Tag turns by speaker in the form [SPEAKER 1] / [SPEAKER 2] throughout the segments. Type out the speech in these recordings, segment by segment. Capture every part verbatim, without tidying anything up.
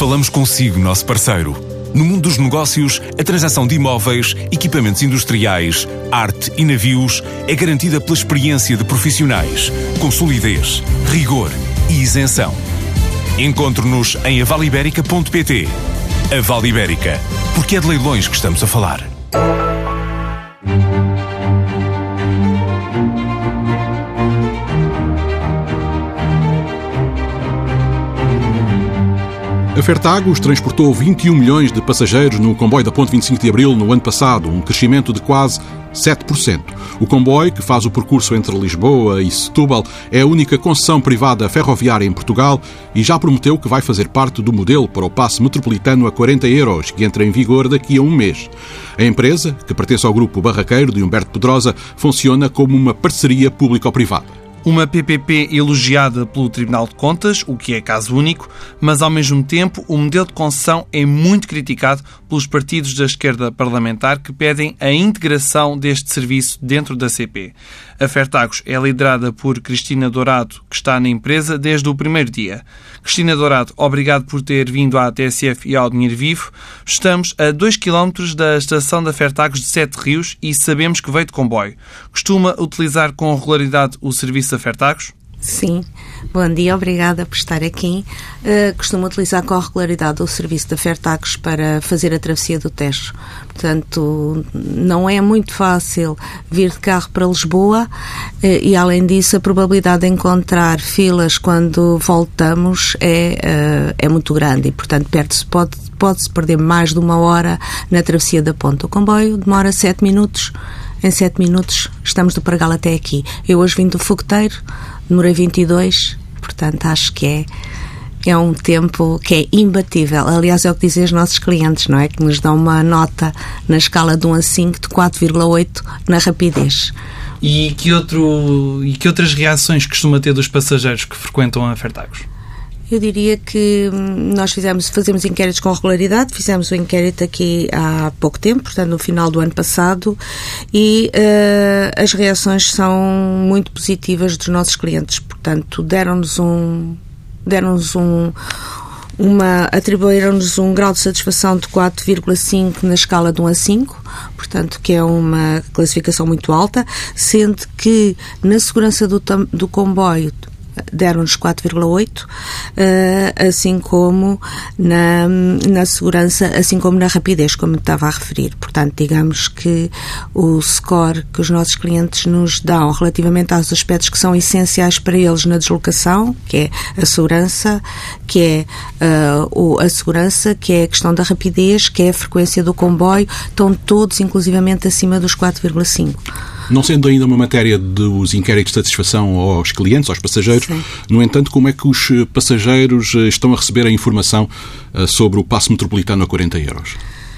[SPEAKER 1] Falamos consigo, nosso parceiro. No mundo dos negócios, a transação de imóveis, equipamentos industriais, arte e navios é garantida pela experiência de profissionais, com solidez, rigor e isenção. Encontre-nos em avaliberica ponto pt. A Vale Ibérica, porque é de leilões que estamos a falar.
[SPEAKER 2] A Fertagos transportou vinte e um milhões de passageiros no comboio da Ponte vinte e cinco de Abril no ano passado, um crescimento de quase sete por cento. O comboio, que faz o percurso entre Lisboa e Setúbal, é a única concessão privada ferroviária em Portugal e já prometeu que vai fazer parte do modelo para o passe metropolitano a quarenta euros, que entra em vigor daqui a um mês. A empresa, que pertence ao grupo Barraqueiro de Humberto Pedrosa, funciona como uma parceria público-privada.
[SPEAKER 3] Uma P P P elogiada pelo Tribunal de Contas, o que é caso único, mas ao mesmo tempo o modelo de concessão é muito criticado pelos partidos da esquerda parlamentar que pedem a integração deste serviço dentro da C P. A Fertagos é liderada por Cristina Dourado, que está na empresa desde o primeiro dia. Cristina Dourado, obrigado por ter vindo à T S F e ao Dinheiro Vivo. Estamos a dois quilómetros da estação da Fertagos de Sete Rios e sabemos que veio de comboio. Costuma utilizar com regularidade o serviço da Fertagos?
[SPEAKER 4] Sim. Bom dia, obrigada por estar aqui. Uh, costumo utilizar com regularidade o serviço da Fertagos para fazer a travessia do Tejo. Portanto, não é muito fácil vir de carro para Lisboa uh, e, além disso, a probabilidade de encontrar filas quando voltamos é, uh, é muito grande e, portanto, perde-se, pode, pode-se perder mais de uma hora na travessia da ponte. O comboio demora sete minutos. Em sete minutos estamos do Pragal até aqui. Eu hoje vim do Fogoteiro, demorei vinte e dois, portanto acho que é, é um tempo que é imbatível. Aliás, é o que dizem os nossos clientes, não é? Que nos dão uma nota na escala de um a cinco de quatro vírgula oito na rapidez.
[SPEAKER 3] E que, outro, e que outras reações costuma ter dos passageiros que frequentam a Fertagos?
[SPEAKER 4] Eu diria que nós fizemos, fazemos inquéritos com regularidade, fizemos o inquérito aqui há pouco tempo, portanto no final do ano passado, e uh, as reações são muito positivas dos nossos clientes, portanto deram-nos um, deram-nos um, uma, atribuíram-nos um grau de satisfação de quatro vírgula cinco na escala de um a cinco, portanto que é uma classificação muito alta, sendo que na segurança do, do comboio deram-nos quatro vírgula oito, assim como na, na segurança, assim como na rapidez, como estava a referir. Portanto, digamos que o score que os nossos clientes nos dão relativamente aos aspectos que são essenciais para eles na deslocação, que é a segurança, que é uh, a segurança, que é a questão da rapidez, que é a frequência do comboio, estão todos inclusivamente acima dos quatro vírgula cinco.
[SPEAKER 2] Não sendo ainda uma matéria dos inquéritos de satisfação aos clientes, aos passageiros, sim, no entanto, como é que os passageiros estão a receber a informação sobre o passe metropolitano a quarenta euros?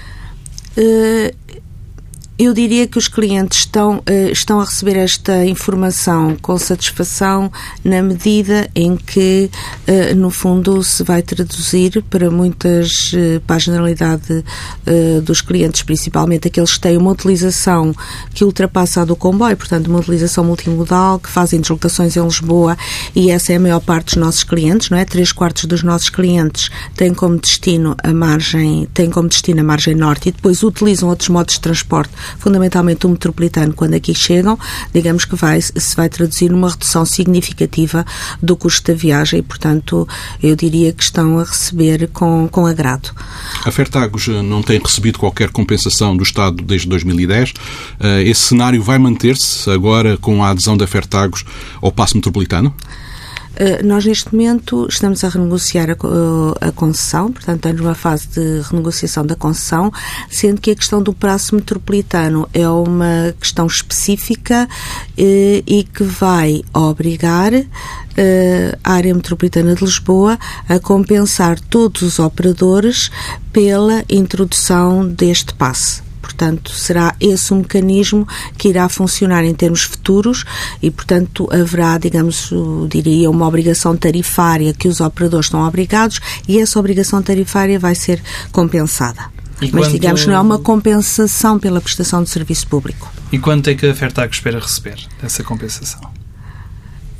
[SPEAKER 4] Uh... Eu diria que os clientes estão, uh, estão a receber esta informação com satisfação na medida em que, uh, no fundo, se vai traduzir para muitas, uh, para a generalidade uh, dos clientes, principalmente aqueles que têm uma utilização que ultrapassa a do comboio, portanto, uma utilização multimodal, que fazem deslocações em Lisboa, e essa é a maior parte dos nossos clientes, não é? Três quartos dos nossos clientes têm como destino a margem, têm como destino a margem norte e depois utilizam outros modos de transporte, fundamentalmente o metropolitano, quando aqui chegam, digamos que vai, se vai traduzir numa redução significativa do custo da viagem e, portanto, eu diria que estão a receber com, com agrado.
[SPEAKER 2] A Fertagos não tem recebido qualquer compensação do Estado desde dois mil e dez. Esse cenário vai manter-se agora com a adesão da Fertagos ao passe metropolitano?
[SPEAKER 4] Uh, nós, neste momento, estamos a renegociar a, a concessão, portanto, estamos numa fase de renegociação da concessão, sendo que a questão do passe metropolitano é uma questão específica uh, e que vai obrigar uh, a área metropolitana de Lisboa a compensar todos os operadores pela introdução deste passe. Portanto, será esse o mecanismo que irá funcionar em termos futuros e, portanto, haverá, digamos, eu diria, uma obrigação tarifária que os operadores estão obrigados e essa obrigação tarifária vai ser compensada. E Mas, quanto... digamos, não é uma compensação pela prestação de serviço público.
[SPEAKER 3] E quanto é que a Fertagos espera receber dessa compensação?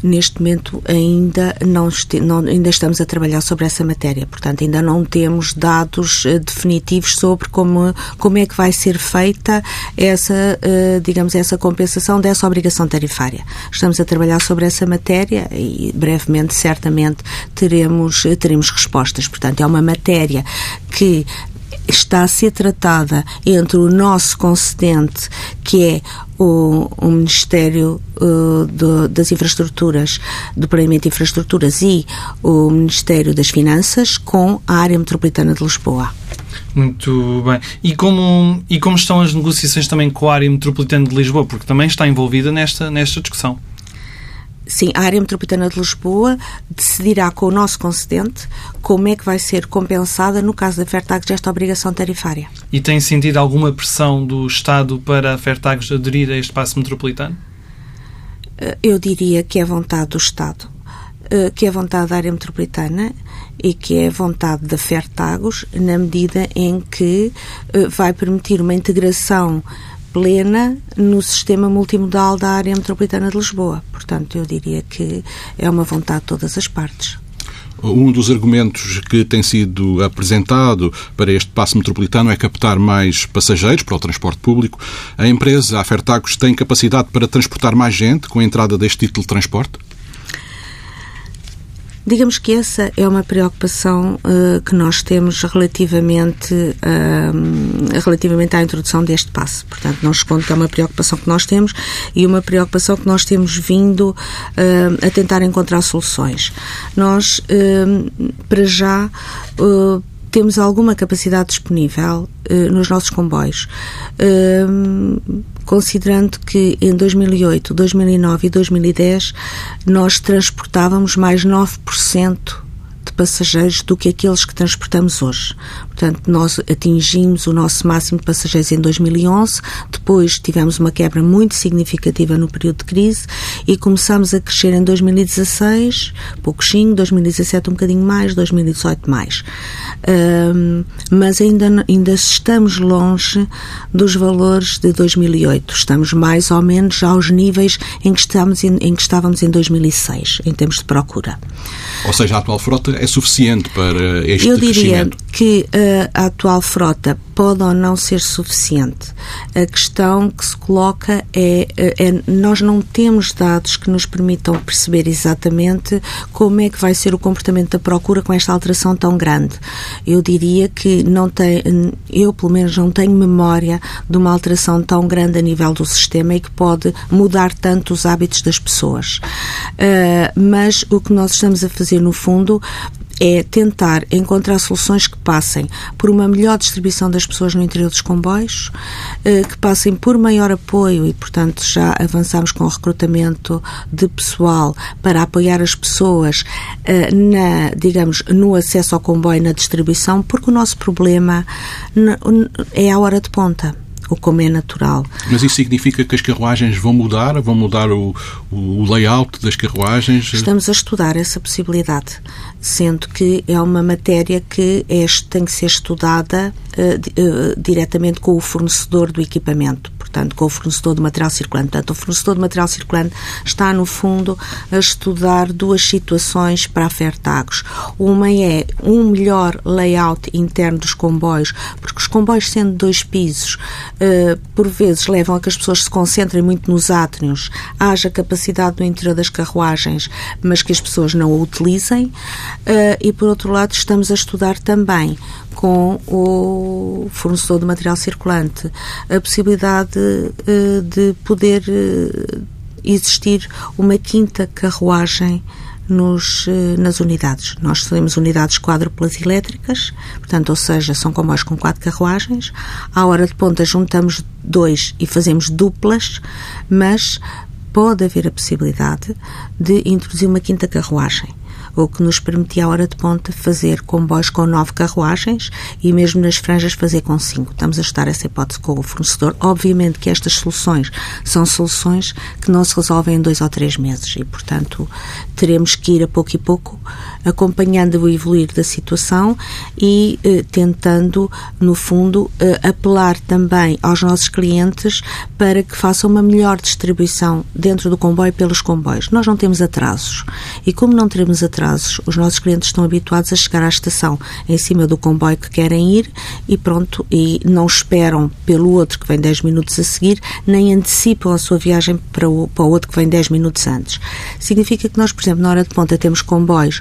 [SPEAKER 4] Neste momento ainda, não, não, ainda estamos a trabalhar sobre essa matéria, portanto ainda não temos dados uh, definitivos sobre como, como é que vai ser feita essa, uh, digamos, essa compensação dessa obrigação tarifária. Estamos a trabalhar sobre essa matéria e brevemente, certamente, teremos, teremos respostas. Portanto, é uma matéria que está a ser tratada entre o nosso concedente, que é o, o Ministério uh, do, das Infraestruturas, do Planeamento de Infraestruturas, e o Ministério das Finanças, com a área metropolitana de Lisboa.
[SPEAKER 3] Muito bem. E como, e como estão as negociações também com a área metropolitana de Lisboa? Porque também está envolvida nesta, nesta discussão.
[SPEAKER 4] Sim, a área metropolitana de Lisboa decidirá com o nosso concedente como é que vai ser compensada, no caso da Fertagos, esta obrigação tarifária.
[SPEAKER 3] E tem sentido alguma pressão do Estado para a Fertagos aderir a este espaço metropolitano?
[SPEAKER 4] Eu diria que é vontade do Estado, que é vontade da área metropolitana e que é vontade da Fertagos, na medida em que vai permitir uma integração plena no sistema multimodal da área metropolitana de Lisboa. Portanto, eu diria que é uma vontade de todas as partes.
[SPEAKER 2] Um dos argumentos que tem sido apresentado para este passo metropolitano é captar mais passageiros para o transporte público. A empresa, a Fertagos, tem capacidade para transportar mais gente com a entrada deste título de transporte?
[SPEAKER 4] Digamos que essa é uma preocupação uh, que nós temos relativamente, uh, relativamente à introdução deste passo. Portanto, não respondo que é uma preocupação que nós temos e uma preocupação que nós temos vindo uh, a tentar encontrar soluções. Nós, uh, para já, uh, temos alguma capacidade disponível uh, nos nossos comboios, uh, considerando que em dois mil e oito, dois mil e nove e dois mil e dez nós transportávamos mais nove por cento de passageiros do que aqueles que transportamos hoje. Portanto, nós atingimos o nosso máximo de passageiros em dois mil e onze, depois tivemos uma quebra muito significativa no período de crise e começámos a crescer em dois mil e dezasseis, pouquinho, dois mil e dezassete um bocadinho mais, dois mil e dezoito mais. Um, mas ainda, ainda estamos longe dos valores de dois mil e oito. Estamos mais ou menos aos níveis em que, estamos em, em que estávamos em dois mil e seis, em termos de procura.
[SPEAKER 2] Ou seja, a atual frota é suficiente para este
[SPEAKER 4] Eu diria
[SPEAKER 2] crescimento?
[SPEAKER 4] que uh, a atual frota pode ou não ser suficiente. A questão que se coloca é, é nós não temos dados que nos permitam perceber exatamente como é que vai ser o comportamento da procura com esta alteração tão grande. Eu diria que não tem, eu pelo menos não tenho memória de uma alteração tão grande a nível do sistema e que pode mudar tanto os hábitos das pessoas. Uh, mas o que nós estamos a fazer no fundo é tentar encontrar soluções que passem por uma melhor distribuição das pessoas no interior dos comboios, que passem por maior apoio e, portanto, já avançamos com o recrutamento de pessoal para apoiar as pessoas na, digamos, no acesso ao comboio, na distribuição, porque o nosso problema é a hora de ponta, ou como é natural.
[SPEAKER 2] Mas isso significa que as carruagens vão mudar? Vão mudar o, o layout das carruagens?
[SPEAKER 4] Estamos a estudar essa possibilidade, sendo que é uma matéria que é, tem que ser estudada uh, uh, diretamente com o fornecedor do equipamento, portanto, com o fornecedor do material circulante. Portanto, o fornecedor do material circulante está, no fundo, a estudar duas situações para a Fertagos. Uma é um melhor layout interno dos comboios, porque os comboios, sendo dois pisos, Uh, por vezes levam a que as pessoas se concentrem muito nos átrios, haja capacidade no interior das carruagens, mas que as pessoas não o utilizem. Uh, e, por outro lado, estamos a estudar também com o fornecedor de material circulante a possibilidade uh, de poder uh, existir uma quinta carruagem Nos, nas unidades. Nós temos unidades quádruplas elétricas, portanto, ou seja, são comboios com quatro carruagens. À hora de ponta juntamos dois e fazemos duplas, mas pode haver a possibilidade de introduzir uma quinta carruagem. o que nos permitia, à hora de ponta, fazer comboios com nove carruagens e mesmo nas franjas fazer com cinco. Estamos a estudar essa hipótese com o fornecedor. Obviamente que estas soluções são soluções que não se resolvem em dois ou três meses e, portanto, teremos que ir a pouco e pouco acompanhando o evoluir da situação e eh, tentando, no fundo, eh, apelar também aos nossos clientes para que façam uma melhor distribuição dentro do comboio pelos comboios. Nós não temos atrasos e, como não teremos atrasos, os nossos clientes estão habituados a chegar à estação em cima do comboio que querem ir e pronto, e não esperam pelo outro que vem dez minutos a seguir, nem antecipam a sua viagem para o, para o outro que vem dez minutos antes. Significa que nós, por exemplo, na hora de ponta temos comboios.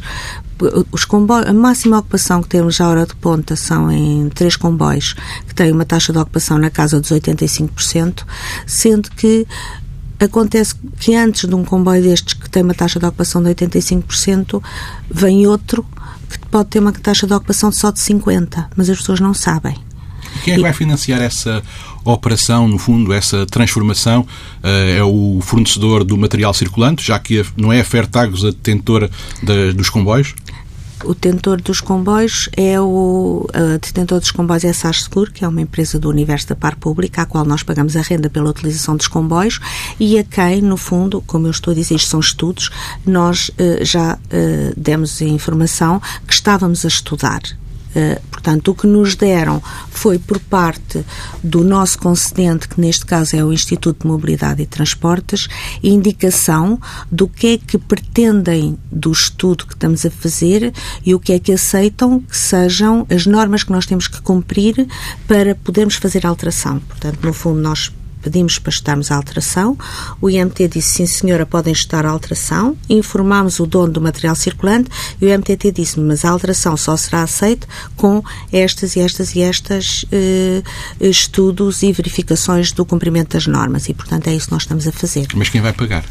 [SPEAKER 4] Os comboios, a máxima ocupação que temos à hora de ponta são em três comboios que têm uma taxa de ocupação na casa dos oitenta e cinco por cento, sendo que acontece que antes de um comboio destes que tem uma taxa de ocupação de oitenta e cinco por cento vem outro que pode ter uma taxa de ocupação só de cinquenta por cento, mas as pessoas não sabem.
[SPEAKER 2] Quem é que vai financiar essa operação, no fundo, essa transformação? É o fornecedor do material circulante, já que não é a Fertagos a detentora dos comboios?
[SPEAKER 4] O detentor dos comboios é o a detentor dos comboios é a SAS Seguro, que é uma empresa do universo da par pública, à qual nós pagamos a renda pela utilização dos comboios e a quem, no fundo, como eu estou a dizer, isto são estudos, nós uh, já uh, demos a informação que estávamos a estudar. Uh, portanto, o que nos deram foi por parte do nosso concedente, que neste caso é o Instituto de Mobilidade e Transportes, indicação do que é que pretendem do estudo que estamos a fazer e o que é que aceitam que sejam as normas que nós temos que cumprir para podermos fazer a alteração. Portanto, no fundo, nós pedimos para estudarmos a alteração, o I M T disse, sim senhora, podem estudar a alteração, informámos o dono do material circulante e o I M T T disse, mas a alteração só será aceita com estas e estas e estas eh, estudos e verificações do cumprimento das normas e, portanto, é isso que nós estamos a fazer.
[SPEAKER 2] Mas quem vai pagar?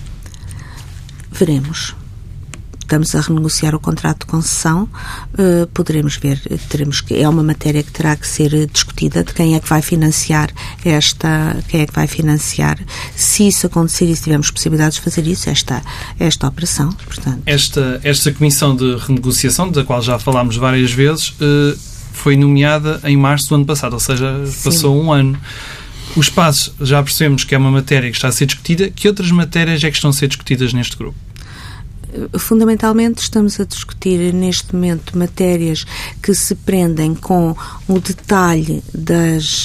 [SPEAKER 4] Veremos. Estamos a renegociar o contrato de concessão, uh, poderemos ver, teremos que, é uma matéria que terá que ser discutida de quem é que vai financiar esta, quem é que vai financiar, se isso acontecer e se tivermos possibilidades de fazer isso, esta, esta operação, portanto.
[SPEAKER 3] Esta, esta comissão de renegociação, da qual já falámos várias vezes, uh, foi nomeada em março do ano passado, ou seja,
[SPEAKER 4] Sim.
[SPEAKER 3] passou um ano. Os passos, já percebemos que é uma matéria que está a ser discutida. Que outras matérias é que estão a ser discutidas neste grupo?
[SPEAKER 4] Fundamentalmente estamos a discutir neste momento matérias que se prendem com o detalhe das,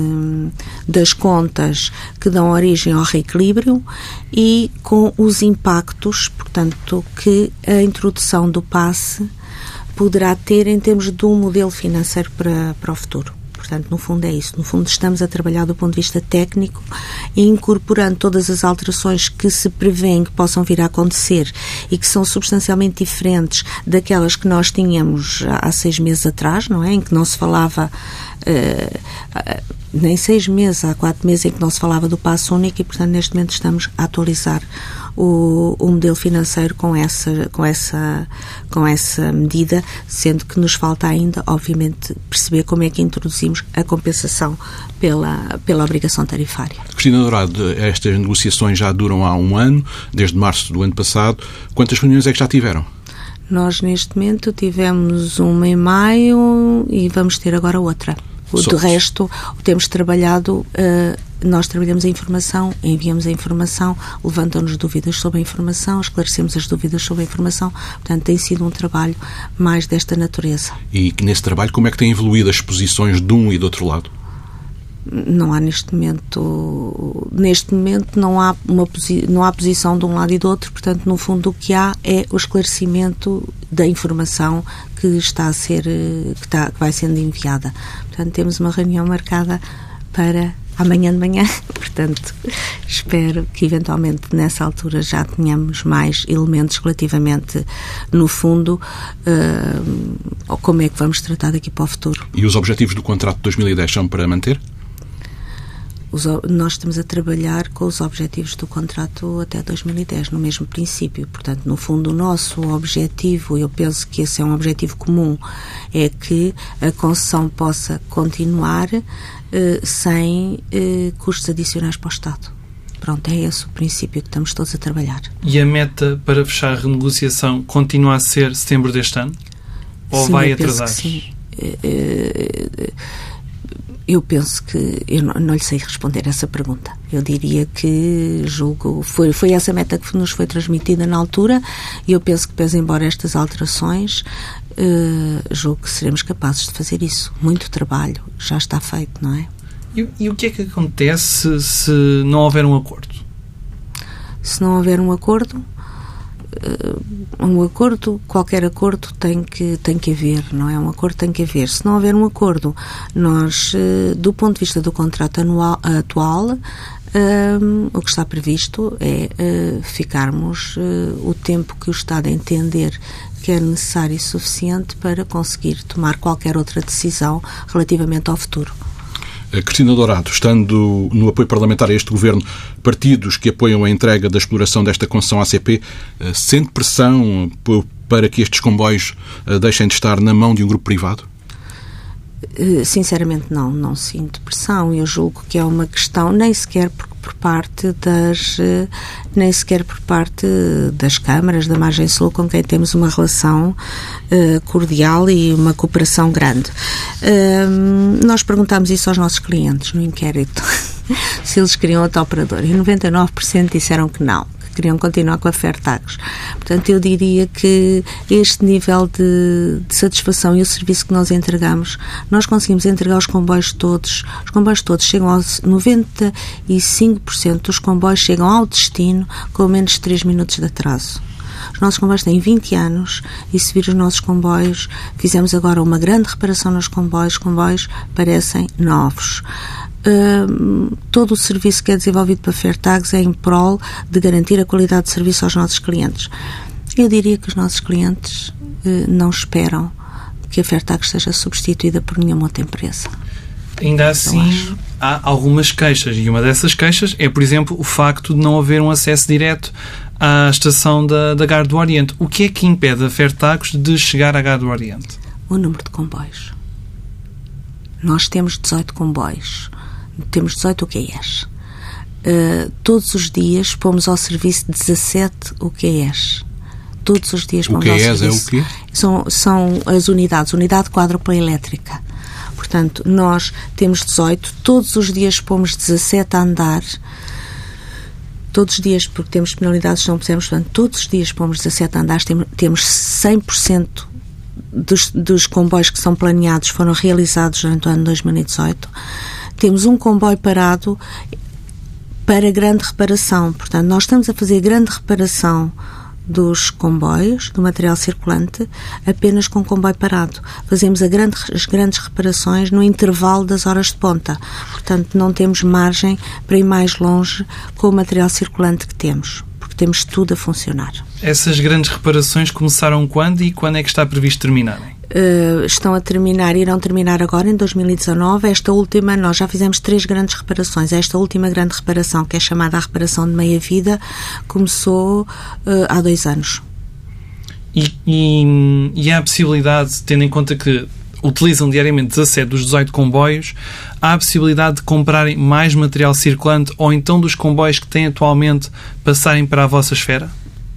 [SPEAKER 4] das contas que dão origem ao reequilíbrio e com os impactos, portanto, que a introdução do passe poderá ter em termos de um modelo financeiro para, para o futuro. Portanto, no fundo é isso. No fundo estamos a trabalhar do ponto de vista técnico e incorporando todas as alterações que se prevêem que possam vir a acontecer e que são substancialmente diferentes daquelas que nós tínhamos há seis meses atrás, não é? Em que não se falava... Uh, uh, nem seis meses, há quatro meses em que não se falava do passo único e, portanto, neste momento estamos a atualizar o, o modelo financeiro com essa, com, essa, com essa medida, sendo que nos falta ainda, obviamente, perceber como é que introduzimos a compensação pela, pela obrigação tarifária.
[SPEAKER 2] Cristina Dourado, estas negociações já duram há um ano, desde março do ano passado. Quantas reuniões é que já tiveram?
[SPEAKER 4] Nós, neste momento, tivemos uma em maio e vamos ter agora outra. De resto, temos trabalhado, uh, nós trabalhamos a informação, enviamos a informação, levantam-nos dúvidas sobre a informação, esclarecemos as dúvidas sobre a informação, portanto tem sido um trabalho mais desta natureza.
[SPEAKER 2] E nesse trabalho como é que têm evoluído as posições de um e do outro lado?
[SPEAKER 4] Não há neste momento, neste momento não há, uma posi- não há posição de um lado e do outro, portanto no fundo o que há é o esclarecimento da informação que está a ser, que, está, que vai sendo enviada. Portanto temos uma reunião marcada para amanhã de manhã, portanto espero que eventualmente nessa altura já tenhamos mais elementos relativamente no fundo uh, como é que vamos tratar daqui para o futuro.
[SPEAKER 2] E os objetivos do contrato de dois mil e dez são para manter?
[SPEAKER 4] Os, nós estamos a trabalhar com os objetivos do contrato até dois mil e dez, no mesmo princípio. Portanto, no fundo, o nosso objetivo, eu penso que esse é um objetivo comum, é que a concessão possa continuar eh, sem eh, custos adicionais para o Estado. Pronto, é esse o princípio que estamos todos a trabalhar.
[SPEAKER 3] E a meta para fechar a renegociação continua a ser setembro deste ano? Ou
[SPEAKER 4] sim,
[SPEAKER 3] vai
[SPEAKER 4] eu
[SPEAKER 3] atrasar?
[SPEAKER 4] Penso que sim. Eu penso que... Eu não, não lhe sei responder essa pergunta. Eu diria que, julgo... Foi, foi essa meta que nos foi transmitida na altura e eu penso que, pese embora estas alterações, uh, julgo que seremos capazes de fazer isso. Muito trabalho já está feito, não é?
[SPEAKER 3] E, e o que é que acontece se não houver um acordo?
[SPEAKER 4] Se não houver um acordo... um acordo, qualquer acordo tem que, tem que haver, não é? Um acordo tem que haver. Se não houver um acordo, nós, do ponto de vista do contrato anual, atual, um, o que está previsto é uh, ficarmos uh, o tempo que o Estado entender que é necessário e suficiente para conseguir tomar qualquer outra decisão relativamente ao futuro.
[SPEAKER 2] Cristina Dourado, estando no apoio parlamentar a este governo, partidos que apoiam a entrega da exploração desta concessão à A C P, sente pressão para que estes comboios deixem de estar na mão de um grupo privado?
[SPEAKER 4] Sinceramente não, não sinto pressão. Eu julgo que é uma questão nem sequer por, por parte das nem sequer por parte das câmaras da Margem Sul, com quem temos uma relação uh, cordial e uma cooperação grande. Uh, nós perguntámos isso aos nossos clientes no inquérito se eles queriam outro operador e noventa e nove por cento disseram que não, que queriam continuar com a Fertagos. Portanto, eu diria que este nível de, de satisfação e o serviço que nós entregamos, nós conseguimos entregar os comboios todos, os comboios todos chegam aos noventa e cinco por cento dos comboios chegam ao destino com menos de três minutos de atraso. Os nossos comboios têm vinte anos e se vir os nossos comboios, fizemos agora uma grande reparação nos comboios, os comboios parecem novos. Uh, todo o serviço que é desenvolvido para a Fertagos é em prol de garantir a qualidade de serviço aos nossos clientes. Eu diria que os nossos clientes uh, não esperam que a Fertagos seja substituída por nenhuma outra empresa.
[SPEAKER 3] Ainda assim, há algumas queixas e uma dessas queixas é, por exemplo, o facto de não haver um acesso direto à estação da, da Gare do Oriente. O que é que impede a Fertagos de chegar à Gare do Oriente?
[SPEAKER 4] O número de comboios. Nós temos dezoito comboios. Temos dezoito U Q Es. Uh, todos os dias pomos ao serviço dezassete U Q Es. Todos os dias pomos ao serviço.
[SPEAKER 2] O que é o quê?
[SPEAKER 4] São, são as unidades, unidade quádrupla elétrica. Portanto, nós temos dezoito, todos os dias pomos dezassete a andar. Todos os dias, porque temos penalidades, não pusemos, portanto, todos os dias pomos dezassete a andar, temos cem por cento dos, dos comboios que são planeados foram realizados durante o ano dois mil e dezoito. Temos um comboio parado para grande reparação. Portanto, nós estamos a fazer grande reparação dos comboios, do material circulante, apenas com comboio parado. Fazemos a grande, as grandes reparações no intervalo das horas de ponta. Portanto, não temos margem para ir mais longe com o material circulante que temos, porque temos tudo a funcionar.
[SPEAKER 3] Essas grandes reparações começaram quando e quando é que está previsto terminarem?
[SPEAKER 4] Uh, estão a terminar, irão terminar agora em dois mil e dezanove. Esta última, nós já fizemos três grandes reparações. Esta última grande reparação, que é chamada a reparação de meia-vida, começou uh, há dois anos.
[SPEAKER 3] E, e, e há a possibilidade, tendo em conta que utilizam diariamente dezassete dos dezoito comboios, há a possibilidade de comprarem mais material circulante ou então dos comboios que têm atualmente passarem para a vossa esfera?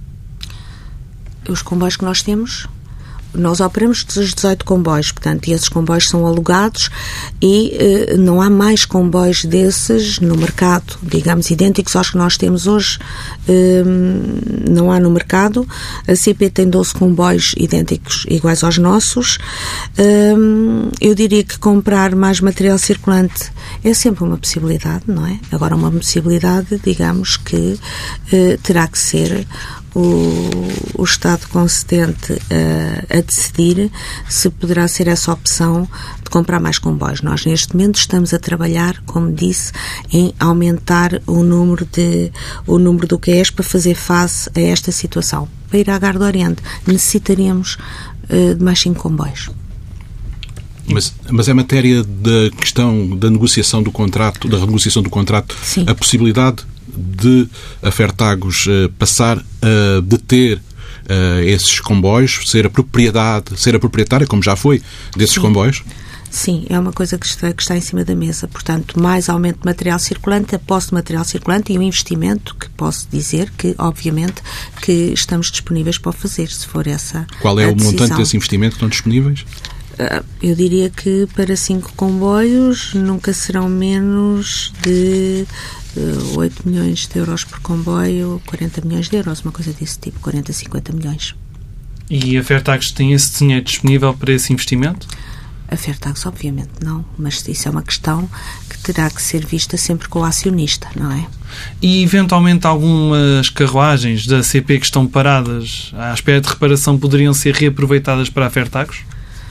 [SPEAKER 4] Os comboios que nós temos... Nós operamos os dezoito comboios, portanto, e esses comboios são alugados e eh, não há mais comboios desses no mercado, digamos, idênticos aos que nós temos hoje. Eh, não há no mercado. A C P tem doze comboios idênticos, iguais aos nossos. Eh, eu diria que comprar mais material circulante é sempre uma possibilidade, não é? Agora, uma possibilidade, digamos, que eh, terá que ser o, o Estado concedente a, a decidir se poderá ser essa opção de comprar mais comboios. Nós, neste momento, estamos a trabalhar, como disse, em aumentar o número de o número do Q Es para fazer face a esta situação. Para ir à Gare do Oriente, necessitaríamos uh, de mais cinco comboios.
[SPEAKER 2] Mas, mas é matéria da questão da negociação do contrato, da renegociação do contrato,
[SPEAKER 4] Sim.
[SPEAKER 2] A possibilidade de a Fertagos uh, passar a deter uh, esses comboios, ser a propriedade, ser a proprietária, como já foi, desses
[SPEAKER 4] Sim.
[SPEAKER 2] comboios?
[SPEAKER 4] Sim, é uma coisa que está, que está em cima da mesa. Portanto, mais aumento de material circulante, aposto de material circulante e um investimento que posso dizer que, obviamente, que estamos disponíveis para o fazer, se for essa
[SPEAKER 2] Qual é
[SPEAKER 4] a
[SPEAKER 2] o
[SPEAKER 4] decisão.
[SPEAKER 2] montante desse investimento que estão disponíveis?
[SPEAKER 4] Eu diria que para cinco comboios nunca serão menos de uh, oito milhões de euros por comboio, quarenta milhões de euros, uma coisa desse tipo, quarenta, cinquenta milhões.
[SPEAKER 3] E a Fairtax tem esse dinheiro disponível para esse investimento?
[SPEAKER 4] A Fairtax, obviamente, não, mas isso é uma questão que terá que ser vista sempre com o acionista, não é?
[SPEAKER 3] E, eventualmente, algumas carruagens da C P que estão paradas à espera de reparação poderiam ser reaproveitadas para a Fairtax?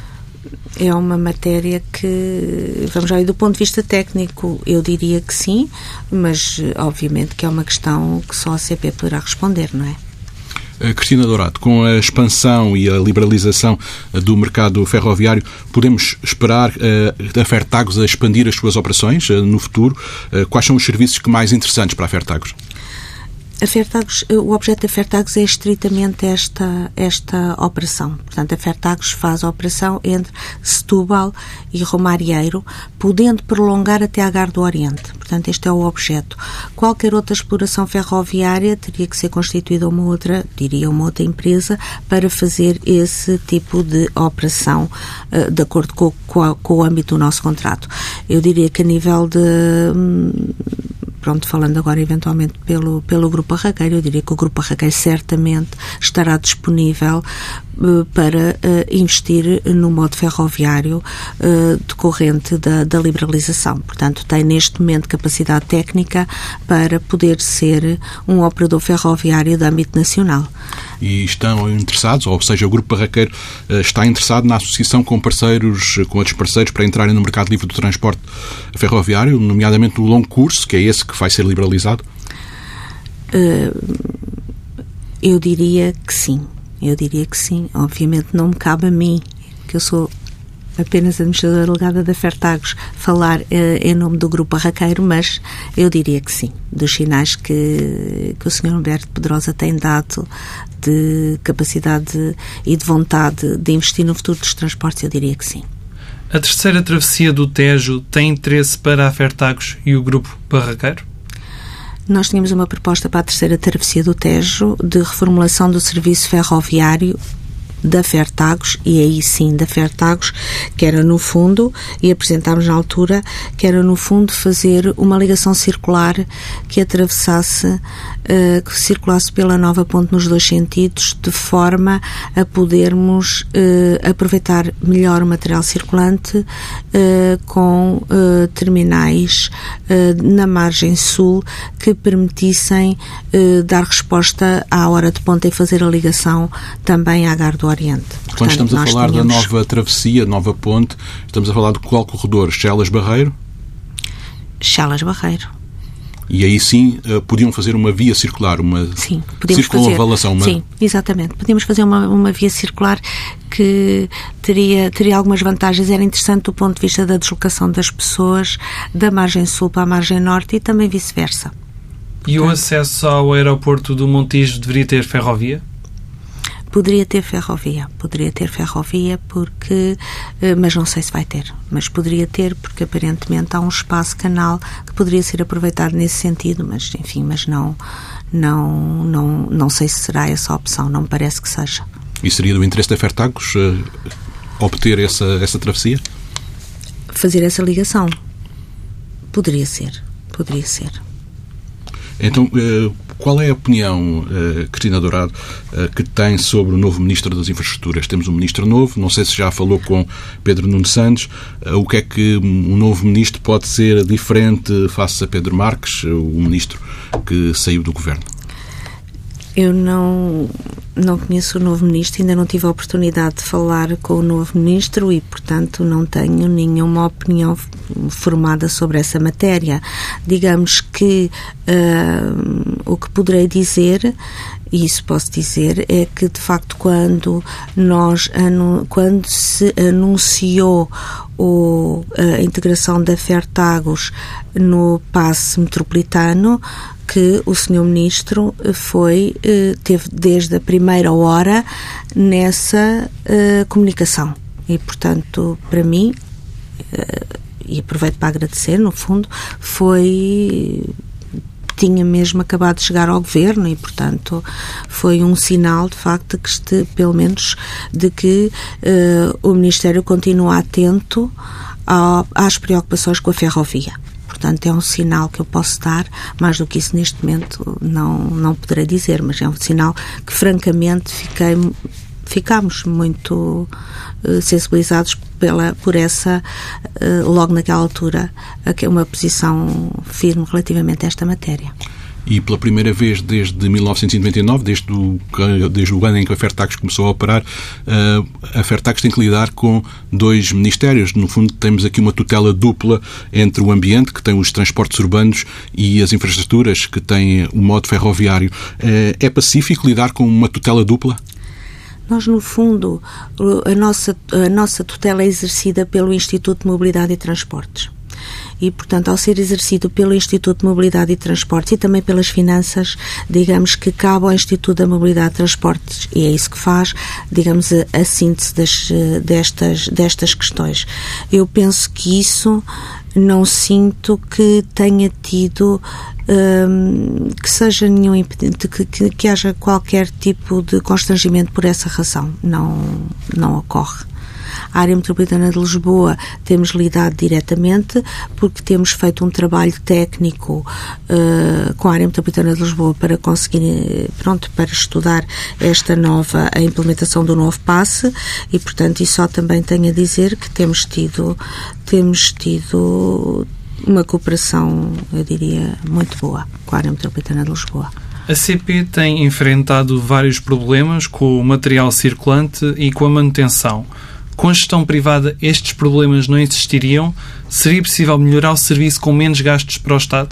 [SPEAKER 4] É uma matéria que, vamos lá, do ponto de vista técnico, eu diria que sim, mas, obviamente, que é uma questão que só a C P poderá responder, não é?
[SPEAKER 2] Cristina Dourado, com a expansão e a liberalização do mercado ferroviário, podemos esperar uh, a Fairtax a expandir as suas operações uh, no futuro? Uh, quais são os serviços que mais interessantes para a Fairtax?
[SPEAKER 4] A Fairtax, o objeto da Fairtax é estritamente esta, esta operação. Portanto, a Fairtax faz a operação entre Setúbal e Romarieiro, podendo prolongar até a Gar do Oriente. Portanto, este é o objeto. Qualquer outra exploração ferroviária teria que ser constituída uma outra, diria uma outra empresa, para fazer esse tipo de operação uh, de acordo com, com, a, com o âmbito do nosso contrato. Eu diria que a nível de... Hum, Pronto, falando agora eventualmente pelo, pelo Grupo Barraqueiro, eu diria que o Grupo Barraqueiro certamente estará disponível uh, para uh, investir no modo ferroviário uh, decorrente da, da liberalização. Portanto, tem neste momento capacidade técnica para poder ser um operador ferroviário de âmbito nacional.
[SPEAKER 2] E estão interessados, ou seja, o Grupo Barraqueiro uh, está interessado na associação com parceiros, com outros parceiros para entrarem no mercado livre do transporte ferroviário, nomeadamente no longo curso, que é esse que vai ser liberalizado?
[SPEAKER 4] Uh, eu diria que sim. Eu diria que sim. Obviamente não me cabe a mim, que eu sou apenas administradora delegada da Fairtax, falar uh, em nome do Grupo Barraqueiro, mas eu diria que sim. Dos sinais que, que o senhor Humberto Pedrosa tem dado de capacidade e de vontade de investir no futuro dos transportes, eu diria que sim.
[SPEAKER 3] A terceira travessia do Tejo tem interesse para a Fairtax e o Grupo Barraqueiro?
[SPEAKER 4] Nós tínhamos uma proposta para a terceira travessia do Tejo de reformulação do serviço ferroviário da Fairtax, e aí sim da Fairtax, que era no fundo, e apresentámos na altura, que era no fundo fazer uma ligação circular que atravessasse, uh, que circulasse pela nova ponte nos dois sentidos, de forma a podermos uh, aproveitar melhor o material circulante uh, com uh, terminais uh, na margem sul que permitissem uh, dar resposta à hora de ponta e fazer a ligação também à Gar do Oriente.
[SPEAKER 2] Quando
[SPEAKER 4] Portanto,
[SPEAKER 2] estamos a falar
[SPEAKER 4] tínhamos...
[SPEAKER 2] da nova travessia, nova ponte, estamos a falar de qual corredor? Chelas-Barreiro?
[SPEAKER 4] Chelas-Barreiro.
[SPEAKER 2] E aí sim uh, podiam fazer uma via circular, uma
[SPEAKER 4] sim, podíamos
[SPEAKER 2] circunvalação.
[SPEAKER 4] Fazer,
[SPEAKER 2] uma...
[SPEAKER 4] Sim, exatamente. Podíamos fazer uma, uma via circular que teria, teria algumas vantagens. Era interessante do ponto de vista da deslocação das pessoas da margem sul para a margem norte e também vice-versa.
[SPEAKER 3] E Portanto, o acesso ao aeroporto do Montijo deveria ter ferrovia?
[SPEAKER 4] Poderia ter ferrovia, poderia ter ferrovia porque, mas não sei se vai ter, mas poderia ter porque aparentemente há um espaço canal que poderia ser aproveitado nesse sentido, mas enfim, mas não, não, não, não sei se será essa a opção, não me parece que seja.
[SPEAKER 2] E seria do interesse da Fairtax uh, obter essa, essa travessia?
[SPEAKER 4] Fazer essa ligação? Poderia ser, poderia ser.
[SPEAKER 2] Então, uh, qual é a opinião, uh, Cristina Dourado, uh, que tem sobre o novo Ministro das Infraestruturas? Temos um Ministro novo, não sei se já falou com Pedro Nuno Santos. Uh, o que é que um novo Ministro pode ser diferente face a Pedro Marques, o Ministro que saiu do Governo?
[SPEAKER 4] Eu não, não conheço o novo Ministro, ainda não tive a oportunidade de falar com o novo Ministro e, portanto, não tenho nenhuma opinião formada sobre essa matéria. Digamos que uh, o que poderei dizer, e isso posso dizer, é que, de facto, quando, nós, quando se anunciou o, a integração da Fairtax no passe metropolitano, que o senhor Ministro foi, teve desde a primeira hora nessa uh, comunicação. E, portanto, para mim, e aproveito para agradecer, no fundo, foi... tinha mesmo acabado de chegar ao governo e, portanto, foi um sinal, de facto, que este, pelo menos, de que uh, o Ministério continua atento ao, às preocupações com a ferrovia. Portanto, é um sinal que eu posso dar, mais do que isso neste momento não, não poderei dizer, mas é um sinal que, francamente, fiquei, ficámos muito uh, sensibilizados pela, por essa, uh, logo naquela altura, uma posição firme relativamente a esta matéria.
[SPEAKER 2] E pela primeira vez desde mil novecentos e noventa e nove, desde o, desde o ano em que a Fertax começou a operar, a Fertax tem que lidar com dois ministérios. No fundo, temos aqui uma tutela dupla entre o ambiente, que tem os transportes urbanos, e as infraestruturas, que tem o modo ferroviário. É pacífico lidar com uma tutela dupla?
[SPEAKER 4] Nós, no fundo, a nossa, a nossa tutela é exercida pelo Instituto de Mobilidade e Transportes. E, portanto, ao ser exercido pelo Instituto de Mobilidade e Transportes e também pelas finanças, digamos que cabe ao Instituto da Mobilidade e Transportes, e é isso que faz, digamos, a, a síntese das, destas, destas questões. Eu penso que isso não sinto que tenha tido, hum, que seja nenhum impedimento, que, que, que haja qualquer tipo de constrangimento por essa razão. Não, não ocorre. A área metropolitana de Lisboa temos lidado diretamente porque temos feito um trabalho técnico uh, com a área metropolitana de Lisboa para conseguir, pronto, para estudar esta nova, a implementação do novo passe e, portanto, isso só também tenho a dizer que temos tido, temos tido uma cooperação, eu diria, muito boa com a área metropolitana de Lisboa.
[SPEAKER 3] A C P tem enfrentado vários problemas com o material circulante e com a manutenção. Com a gestão privada, estes problemas não existiriam? Seria possível melhorar o serviço com menos gastos para o Estado?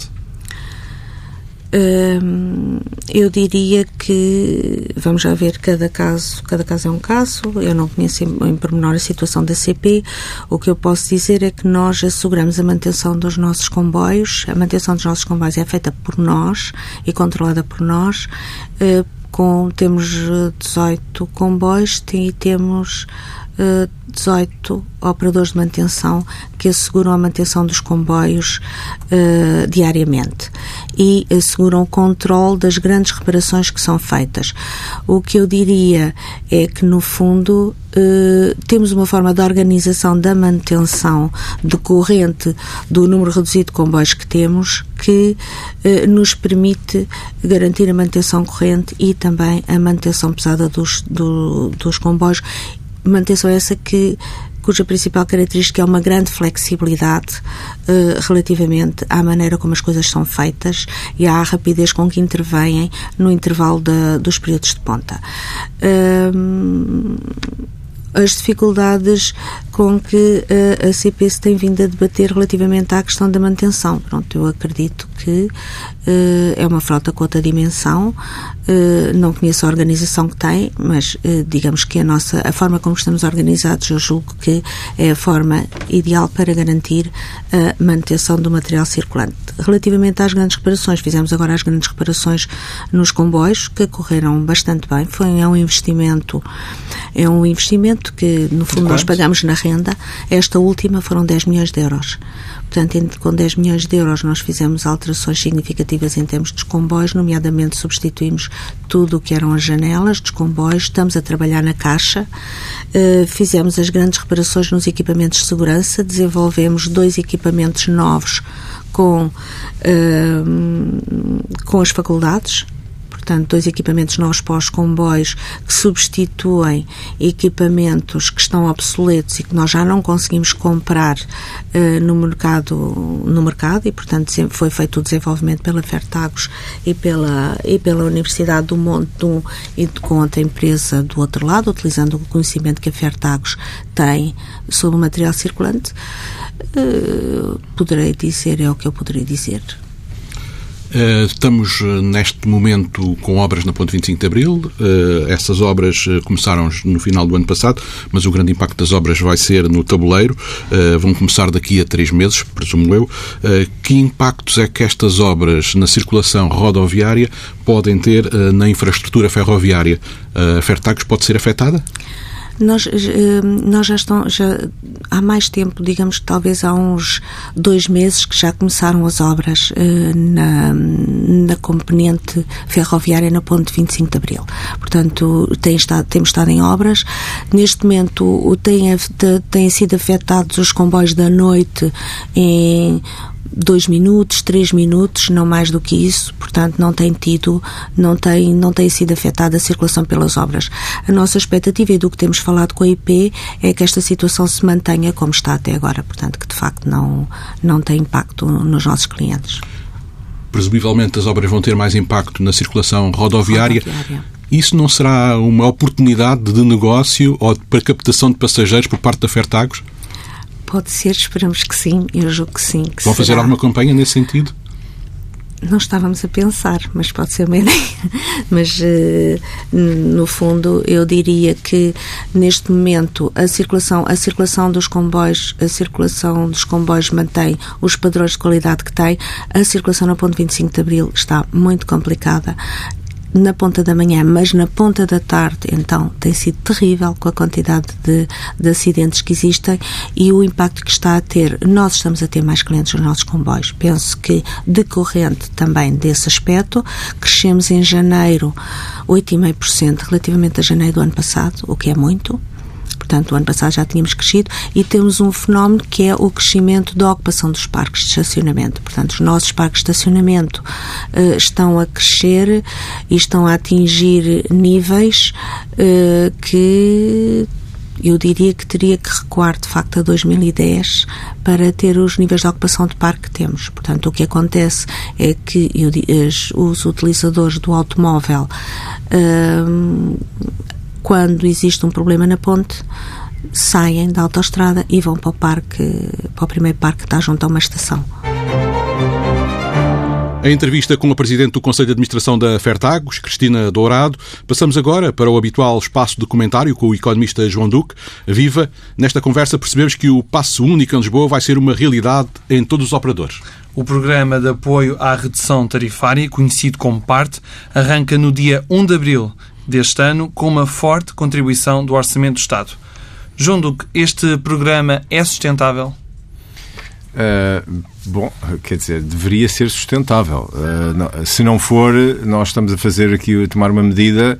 [SPEAKER 4] Hum, eu diria que, vamos já ver, cada caso, cada caso é um caso. Eu não conheço em, em pormenor a situação da C P. O que eu posso dizer é que nós asseguramos a manutenção dos nossos comboios. A manutenção dos nossos comboios é feita por nós e controlada por nós. Uh, com, temos dezoito comboios e temos dezoito operadores de manutenção que asseguram a manutenção dos comboios uh, diariamente e asseguram o controle das grandes reparações que são feitas. O que eu diria é que, no fundo, uh, temos uma forma de organização da manutenção decorrente do número reduzido de comboios que temos que uh, nos permite garantir a manutenção corrente e também a manutenção pesada dos, do, dos comboios. Manutenção essa que, cuja principal característica é uma grande flexibilidade uh, relativamente à maneira como as coisas são feitas e à rapidez com que intervêm no intervalo de, dos períodos de ponta. Uh, as dificuldades com que uh, a C P se tem vindo a debater relativamente à questão da manutenção. Pronto, eu acredito que uh, é uma frota com outra dimensão. Uh, não conheço a organização que tem, mas uh, digamos que a nossa, a forma como estamos organizados, eu julgo que é a forma ideal para garantir a manutenção do material circulante. Relativamente às grandes reparações, fizemos agora as grandes reparações nos comboios, que correram bastante bem. Foi é um investimento, é um investimento que, no fundo, nós pagamos na renda. Esta última foram dez milhões de euros. Portanto, com dez milhões de euros nós fizemos alterações significativas em termos dos comboios, nomeadamente substituímos tudo o que eram as janelas dos comboios, estamos a trabalhar na caixa, uh, fizemos as grandes reparações nos equipamentos de segurança, desenvolvemos dois equipamentos novos com, uh, com as faculdades. Portanto, dois equipamentos novos para os comboios que substituem equipamentos que estão obsoletos e que nós já não conseguimos comprar uh, no mercado, no mercado e, portanto, sempre foi feito o desenvolvimento pela Fertagos e pela, e pela Universidade do Monte do, e com outra empresa do outro lado, utilizando o conhecimento que a Fertagos tem sobre o material circulante. Uh, poderei dizer, é o que eu poderei dizer.
[SPEAKER 2] Estamos neste momento com obras na Ponte vinte e cinco de Abril. Essas obras começaram no final do ano passado, mas o grande impacto das obras vai ser no tabuleiro. Vão começar daqui a três meses, presumo eu. Que impactos é que estas obras na circulação rodoviária podem ter na infraestrutura ferroviária? A Fertagos pode ser afetada?
[SPEAKER 4] Nós, nós já estamos, já, há mais tempo, digamos que talvez há uns dois meses que já começaram as obras na, na componente ferroviária na ponte vinte e cinco de Abril. Portanto, tem estado, temos estado em obras. Neste momento têm, têm sido afetados os comboios da noite em dois minutos, três minutos, não mais do que isso, portanto não tem tido, não tem, não tem sido afetada a circulação pelas obras. A nossa expectativa e do que temos falado com a I P é que esta situação se mantenha como está até agora, portanto que de facto não, não tem impacto nos nossos clientes.
[SPEAKER 2] Presumivelmente as obras vão ter mais impacto na circulação rodoviária.
[SPEAKER 4] rodoviária.
[SPEAKER 2] Isso não será uma oportunidade de negócio ou para captação de passageiros por parte da Fertagos?
[SPEAKER 4] Pode ser, esperamos que sim, eu julgo que sim. Que
[SPEAKER 2] Vão fazer
[SPEAKER 4] será.
[SPEAKER 2] alguma campanha nesse sentido?
[SPEAKER 4] Não estávamos a pensar, mas pode ser uma ideia. Mas, no fundo, eu diria que, neste momento, a circulação, a circulação dos comboios, a circulação dos comboios mantém os padrões de qualidade que tem. A circulação na ponte vinte e cinco de Abril está muito complicada na ponta da manhã, mas na ponta da tarde, então, tem sido terrível com a quantidade de, de acidentes que existem e o impacto que está a ter. Nós estamos a ter mais clientes nos nossos comboios. Penso que, decorrente também desse aspecto, crescemos em janeiro oito vírgula cinco por cento relativamente a janeiro do ano passado, o que é muito. Portanto, o ano passado já tínhamos crescido e temos um fenómeno que é o crescimento da ocupação dos parques de estacionamento. Portanto, os nossos parques de estacionamento uh, estão a crescer e estão a atingir níveis uh, que eu diria que teria que recuar, de facto, a dois mil e dez para ter os níveis de ocupação de parque que temos. Portanto, o que acontece é que eu, os utilizadores do automóvel uh, quando existe um problema na ponte, saem da autoestrada e vão para o parque, para o primeiro parque que está junto a uma estação.
[SPEAKER 2] A entrevista com a Presidente do Conselho de Administração da Fertagos, Cristina Dourado. Passamos agora para o habitual espaço de comentário com o economista João Duque. Viva! Nesta conversa percebemos que o passe único em Lisboa vai ser uma realidade em todos os operadores.
[SPEAKER 3] O programa de apoio à redução tarifária, conhecido como PARTE, arranca no dia um de abril deste ano, com uma forte contribuição do Orçamento do Estado. João Duque, este programa é sustentável?
[SPEAKER 5] Uh, bom, quer dizer, deveria ser sustentável. Uh, não, se não for, nós estamos a fazer aqui, a tomar uma medida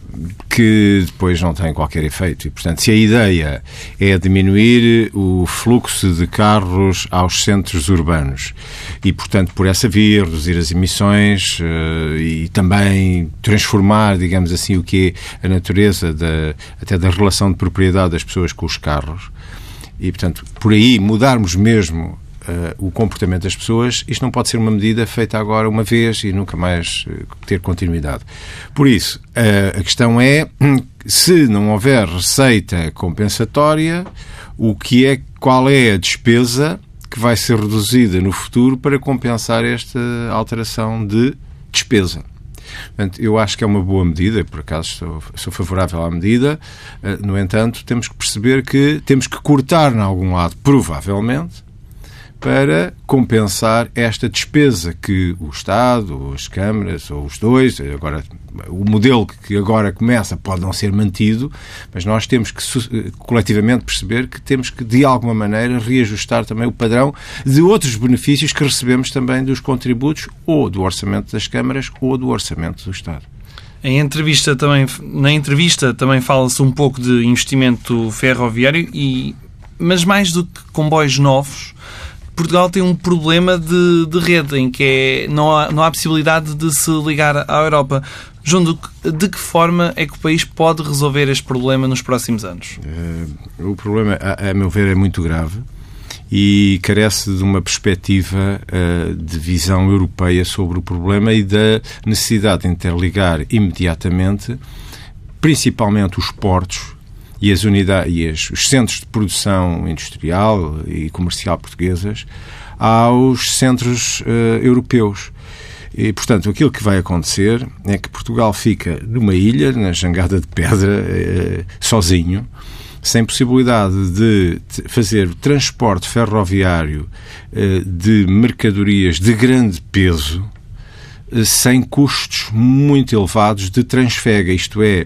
[SPEAKER 5] que depois não tem qualquer efeito. E, portanto, se a ideia é diminuir o fluxo de carros aos centros urbanos e, portanto, por essa via, reduzir as emissões uh, e também transformar, digamos assim, o que é a natureza da, até da relação de propriedade das pessoas com os carros e, portanto, por aí mudarmos mesmo Uh, o comportamento das pessoas, isto não pode ser uma medida feita agora uma vez e nunca mais uh, ter continuidade. Por isso, uh, a questão é, se não houver receita compensatória, o que é, qual é a despesa que vai ser reduzida no futuro para compensar esta alteração de despesa? Portanto, eu acho que é uma boa medida, por acaso sou, sou favorável à medida, uh, no entanto, temos que perceber que temos que cortar em algum lado, provavelmente, para compensar esta despesa que o Estado, ou as câmaras, ou os dois, agora, o modelo que agora começa pode não ser mantido, mas nós temos que coletivamente perceber que temos que, de alguma maneira, reajustar também o padrão de outros benefícios que recebemos também dos contributos ou do orçamento das câmaras ou do orçamento do Estado.
[SPEAKER 3] Em entrevista também, na entrevista também fala-se um pouco de investimento ferroviário, e, mas mais do que comboios novos, Portugal tem um problema de, de rede, em que é, não, há, não há possibilidade de se ligar à Europa. João Duque, de que forma é que o país pode resolver este problema nos próximos anos?
[SPEAKER 5] Uh, o problema, a, a meu ver, é muito grave e carece de uma perspectiva uh, de visão europeia sobre o problema e da necessidade de interligar imediatamente, principalmente os portos, e as unidades e as, os centros de produção industrial e comercial portuguesas aos centros uh, europeus. E, portanto, aquilo que vai acontecer é que Portugal fica numa ilha, na jangada de pedra, uh, sozinho, sem possibilidade de fazer transporte ferroviário uh, de mercadorias de grande peso, uh, sem custos muito elevados de transfega, isto é,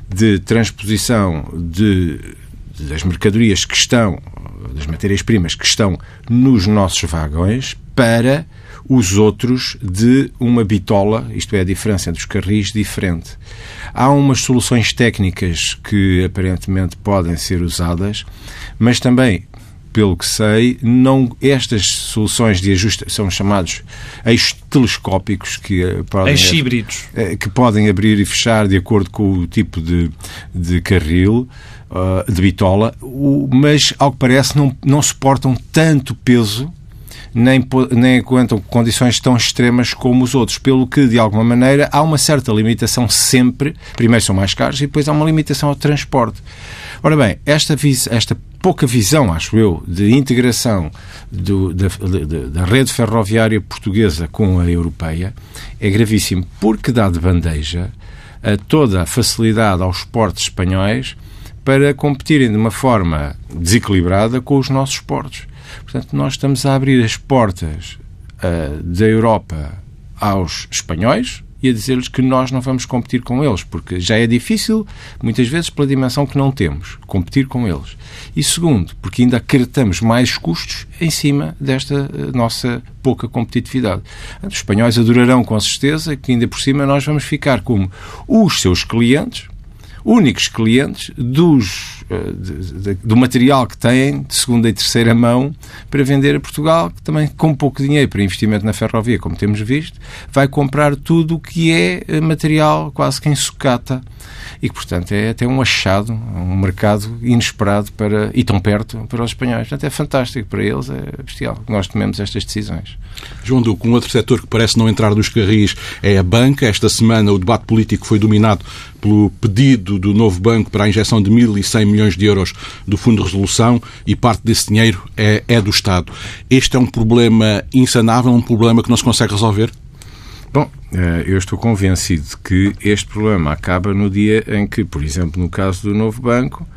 [SPEAKER 5] de transposição de, das mercadorias que estão, das matérias-primas que estão nos nossos vagões para os outros de uma bitola, isto é, a diferença entre os carris, diferente. Há umas soluções técnicas que aparentemente podem ser usadas, mas também, pelo que sei, não, estas soluções de ajuste são chamados eixos telescópicos que podem,
[SPEAKER 3] eixos híbridos.
[SPEAKER 5] que podem abrir e fechar de acordo com o tipo de, de carril, de bitola, mas, ao que parece, não, não suportam tanto peso nem, nem aguentam condições tão extremas como os outros, pelo que, de alguma maneira, há uma certa limitação sempre. Primeiro são mais caros e depois há uma limitação ao transporte. Ora bem, esta, esta pouca visão, acho eu, de integração do, da, da, da rede ferroviária portuguesa com a europeia é gravíssimo, porque dá de bandeja a toda a facilidade aos portos espanhóis para competirem de uma forma desequilibrada com os nossos portos. Portanto, nós estamos a abrir as portas uh, da Europa aos espanhóis e a dizer-lhes que nós não vamos competir com eles, porque já é difícil, muitas vezes, pela dimensão que não temos, competir com eles. E segundo, porque ainda acarretamos mais custos em cima desta uh, nossa pouca competitividade. Os espanhóis adorarão, com certeza, que ainda por cima nós vamos ficar como os seus clientes, únicos clientes dos, de, de, do material que têm de segunda e terceira mão para vender a Portugal, que também, com pouco dinheiro para investimento na ferrovia, como temos visto, vai comprar tudo o que é material quase que em sucata. E que, portanto, é até um achado, um mercado inesperado para, e tão perto para os espanhóis. Portanto, é fantástico para eles, é bestial que nós tomemos estas decisões.
[SPEAKER 2] João Duque, um outro setor que parece não entrar dos carris é a banca. Esta semana o debate político foi dominado pelo pedido do novo banco para a injeção de mil e cem milhões de euros do Fundo de Resolução e parte desse dinheiro é, é do Estado. Este é um problema insanável, um problema que não se consegue resolver?
[SPEAKER 5] Bom, eu estou convencido de que este problema acaba no dia em que, por exemplo, no caso do novo banco,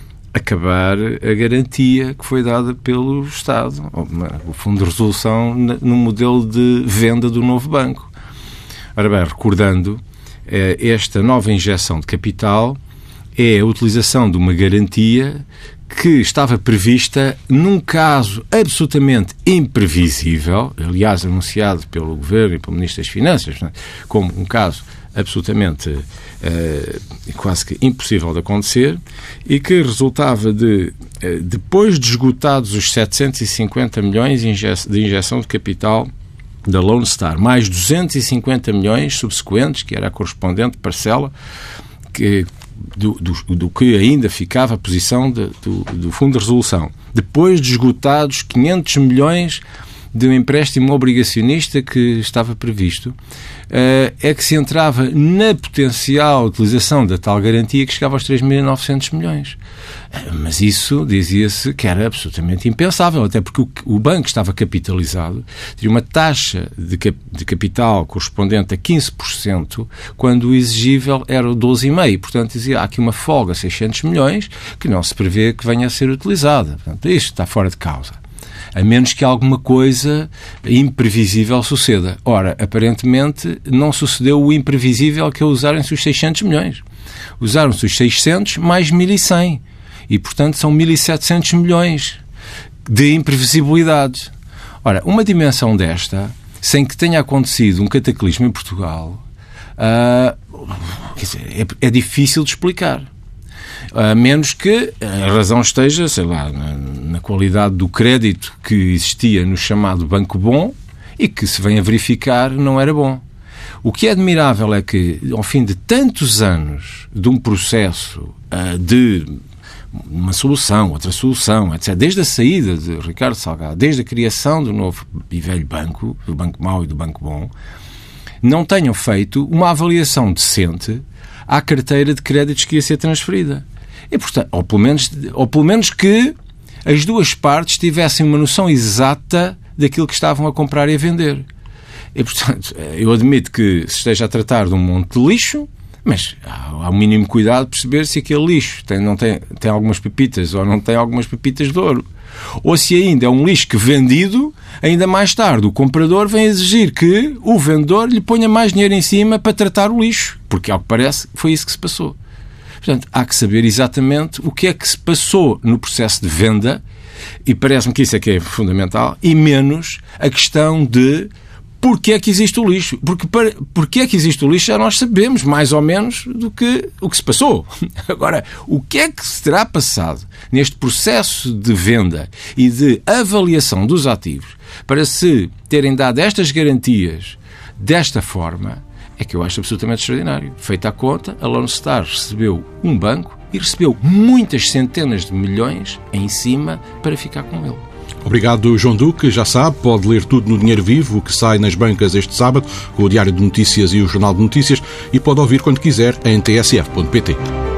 [SPEAKER 5] acabar a garantia que foi dada pelo Estado, o Fundo de Resolução, no modelo de venda do novo banco. Ora bem, recordando, esta nova injeção de capital é a utilização de uma garantia que estava prevista num caso absolutamente imprevisível, aliás, anunciado pelo Governo e pelo Ministro das Finanças, não é? Como um caso absolutamente uh, quase que impossível de acontecer, e que resultava de, uh, depois de esgotados os setecentos e cinquenta milhões de injeção de capital da Lone Star, mais duzentos e cinquenta milhões subsequentes, que era a correspondente parcela, que Do, do, do que ainda ficava a posição de, do, do Fundo de Resolução. Depois de esgotados quinhentos milhões de um empréstimo obrigacionista que estava previsto, uh, é que se entrava na potencial utilização da tal garantia que chegava aos três mil e novecentos milhões. Uh, mas isso dizia-se que era absolutamente impensável, até porque o, o banco estava capitalizado, tinha uma taxa de, cap, de capital correspondente a quinze por cento, quando o exigível era o doze vírgula cinco por cento. Portanto, dizia, há aqui uma folga, seiscentos milhões, que não se prevê que venha a ser utilizada. Portanto, isto está fora de causa. A menos que alguma coisa imprevisível suceda. Ora, aparentemente, não sucedeu o imprevisível, que é usarem-se os seiscentos milhões. Usaram-se os seiscentos mais mil e cem. E, portanto, são mil e setecentos milhões de imprevisibilidade. Ora, uma dimensão desta, sem que tenha acontecido um cataclismo em Portugal, uh, quer dizer, é, é difícil de explicar. A menos que a razão esteja, sei lá, na, na qualidade do crédito que existia no chamado Banco Bom e que, se vem a verificar, não era bom. O que é admirável é que, ao fim de tantos anos de um processo uh, de uma solução, outra solução, etcétera, desde a saída de Ricardo Salgado, desde a criação do novo e velho banco, do Banco Mau e do Banco Bom, não tenham feito uma avaliação decente à carteira de créditos que ia ser transferida. E, portanto, ou pelo menos, ou pelo menos que as duas partes tivessem uma noção exata daquilo que estavam a comprar e a vender. E, portanto, eu admito que se esteja a tratar de um monte de lixo, mas há o mínimo cuidado de perceber se aquele lixo tem, não tem, tem algumas pepitas ou não tem algumas pepitas de ouro. Ou se ainda é um lixo que, vendido, ainda mais tarde o comprador vem exigir que o vendedor lhe ponha mais dinheiro em cima para tratar o lixo, porque, ao que parece, foi isso que se passou. Portanto, há que saber exatamente o que é que se passou no processo de venda, e parece-me que isso é que é fundamental, e menos a questão de porque é que existe o lixo. Porque, para, porque é que existe o lixo já nós sabemos mais ou menos do que o que se passou. Agora, o que é que se terá passado neste processo de venda e de avaliação dos ativos para se terem dado estas garantias desta forma, é que eu acho absolutamente extraordinário. Feita a conta, a Lone Star recebeu um banco e recebeu muitas centenas de milhões em cima para ficar com ele.
[SPEAKER 2] Obrigado, João Duque. Já sabe, pode ler tudo no Dinheiro Vivo, que sai nas bancas este sábado, com o Diário de Notícias e o Jornal de Notícias, e pode ouvir quando quiser em t s f ponto p t.